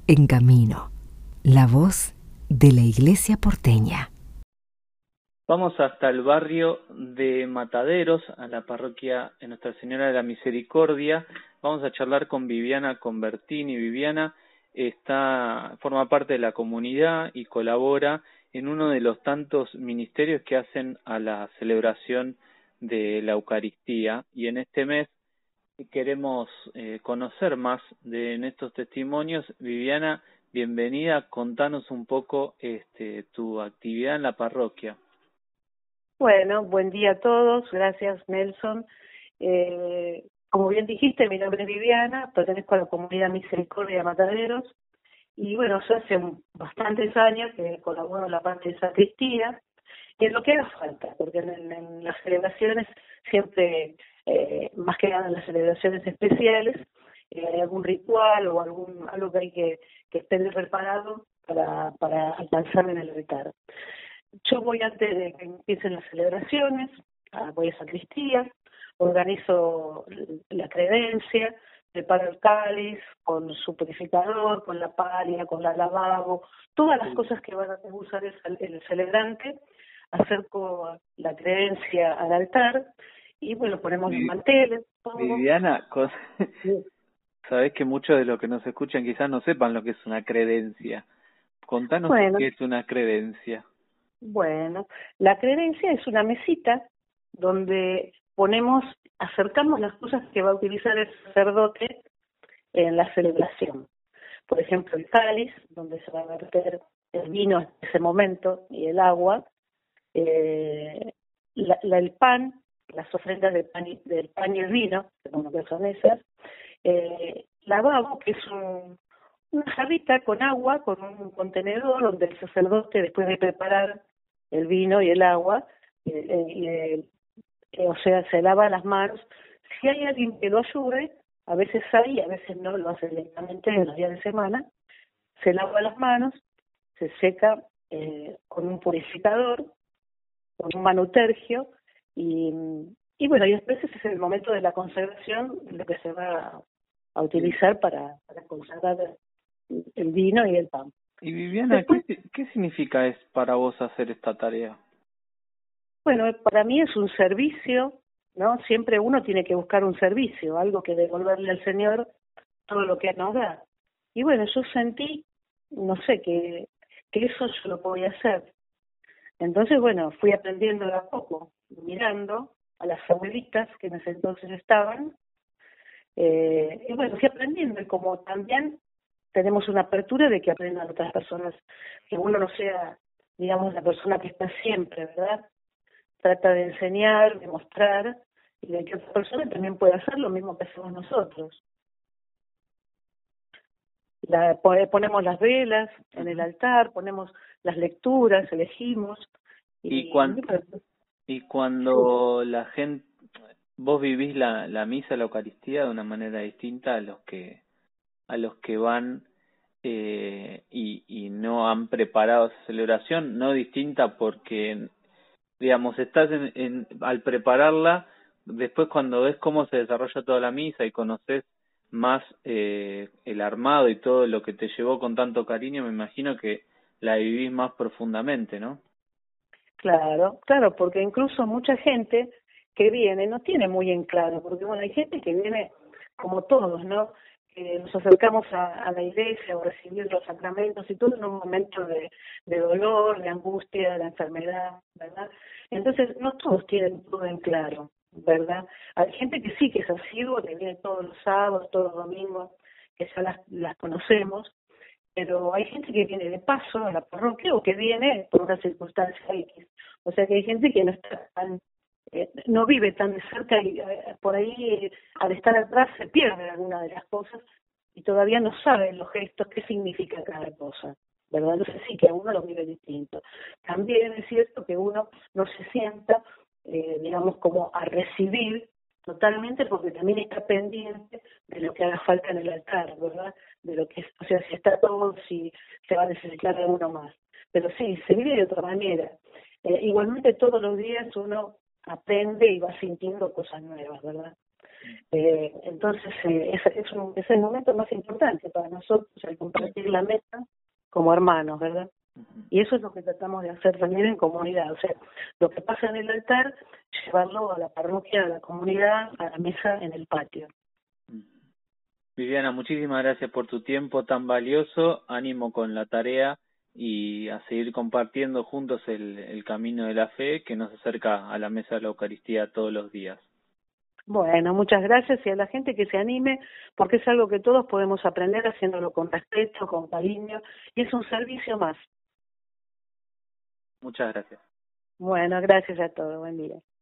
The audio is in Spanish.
En Camino, la voz de la Iglesia porteña. Vamos hasta el barrio de Mataderos, a la parroquia de Nuestra Señora de la Misericordia. Vamos a charlar con Viviana Convertini. Viviana forma parte de la comunidad y colabora en uno de los tantos ministerios que hacen a la celebración de la Eucaristía. Y en este mes queremos conocer más en estos testimonios. Viviana, bienvenida. Contanos un poco tu actividad en la parroquia. Bueno, buen día a todos, gracias Nelson. Como bien dijiste, mi nombre es Viviana, pertenezco a la comunidad Misericordia de Mataderos y bueno, yo hace bastantes años que colaboro en la parte de sacristía, y es lo que haga falta, porque en las celebraciones siempre, más que nada en las celebraciones especiales, hay algún ritual o algo que hay que esté preparado para alcanzar en el altar. Yo voy antes de que empiecen las celebraciones, voy a sacristía, organizo la credencia, preparo el cáliz con su purificador, con la palia, con la lavabo, todas las cosas que van a usar el celebrante, acerco la credencia al altar y bueno, ponemos los manteles, todo. Viviana, sabés que muchos de los que nos escuchan quizás no sepan lo que es una credencia. Contanos qué es una credencia. Bueno, la credencia es una mesita donde acercamos las cosas que va a utilizar el sacerdote en la celebración. Por ejemplo, el cáliz, donde se va a verter el vino en ese momento, y el agua, el pan, las ofrendas del pan y el vino, que son esas, lavabo, que es una jarrita con agua, con un contenedor donde el sacerdote, después de preparar el vino y el agua, o sea, se lava las manos. Si hay alguien que lo ayude, a veces hay, a veces no, lo hace directamente en los días de semana, se lava las manos, se seca con un purificador, con un manutergio, y bueno, y después ese es el momento de la consagración, lo que se va a utilizar para consagrar el vino y el pan. Y Viviana, ¿qué significa para vos hacer esta tarea? Bueno, para mí es un servicio, ¿no? Siempre uno tiene que buscar un servicio, algo que devolverle al Señor todo lo que nos da. Y bueno, yo sentí, no sé, que eso yo lo podía hacer. Entonces, bueno, fui aprendiendo de a poco, mirando a las abuelitas que en ese entonces estaban, y bueno, fui aprendiendo, y como también tenemos una apertura de que aprendan otras personas, que uno no sea, digamos, la persona que está siempre, ¿verdad? Trata de enseñar, de mostrar, y de que otra persona también pueda hacer lo mismo que hacemos nosotros. Ponemos las velas en el altar, ponemos las lecturas, elegimos. Y cuando la gente, vos vivís la misa, la Eucaristía de una manera distinta a los que van y no han preparado esa celebración, no distinta porque, digamos, estás al prepararla, después cuando ves cómo se desarrolla toda la misa y conoces más el armado y todo lo que te llevó con tanto cariño, me imagino que la vivís más profundamente, ¿no? Claro, porque incluso mucha gente que viene no tiene muy en claro, porque bueno, hay gente que viene como todos, ¿no? Nos acercamos a la iglesia o recibir los sacramentos y todo en un momento de dolor, de angustia, de enfermedad, ¿verdad? Entonces no todos tienen todo en claro, ¿verdad? Hay gente que sí, que es asidua, que viene todos los sábados, todos los domingos, que ya las conocemos, pero hay gente que viene de paso a la parroquia o que viene por una circunstancia X. O sea que hay gente que no está no vive tan de cerca y por ahí al estar atrás se pierde alguna de las cosas y todavía no sabe los gestos, qué significa cada cosa, ¿verdad? Entonces sí que uno lo vive distinto. También es cierto que uno no se sienta, digamos, como a recibir totalmente, porque también está pendiente de lo que haga falta en el altar, ¿verdad? De lo que es, o sea, si está todo, si se va a necesitar alguno más. Pero sí, se vive de otra manera. Igualmente todos los días uno aprende y va sintiendo cosas nuevas, ¿verdad? Entonces, es el momento más importante para nosotros, el compartir la mesa como hermanos, ¿verdad? Y eso es lo que tratamos de hacer también en comunidad, o sea, lo que pasa en el altar, llevarlo a la parroquia, a la comunidad, a la mesa en el patio. Viviana, muchísimas gracias por tu tiempo tan valioso, ánimo con la tarea y a seguir compartiendo juntos el camino de la fe que nos acerca a la mesa de la Eucaristía todos los días. Bueno, muchas gracias y a la gente que se anime, porque es algo que todos podemos aprender haciéndolo con respeto, con cariño, y es un servicio más. Muchas gracias. Bueno, gracias a todos, buen día.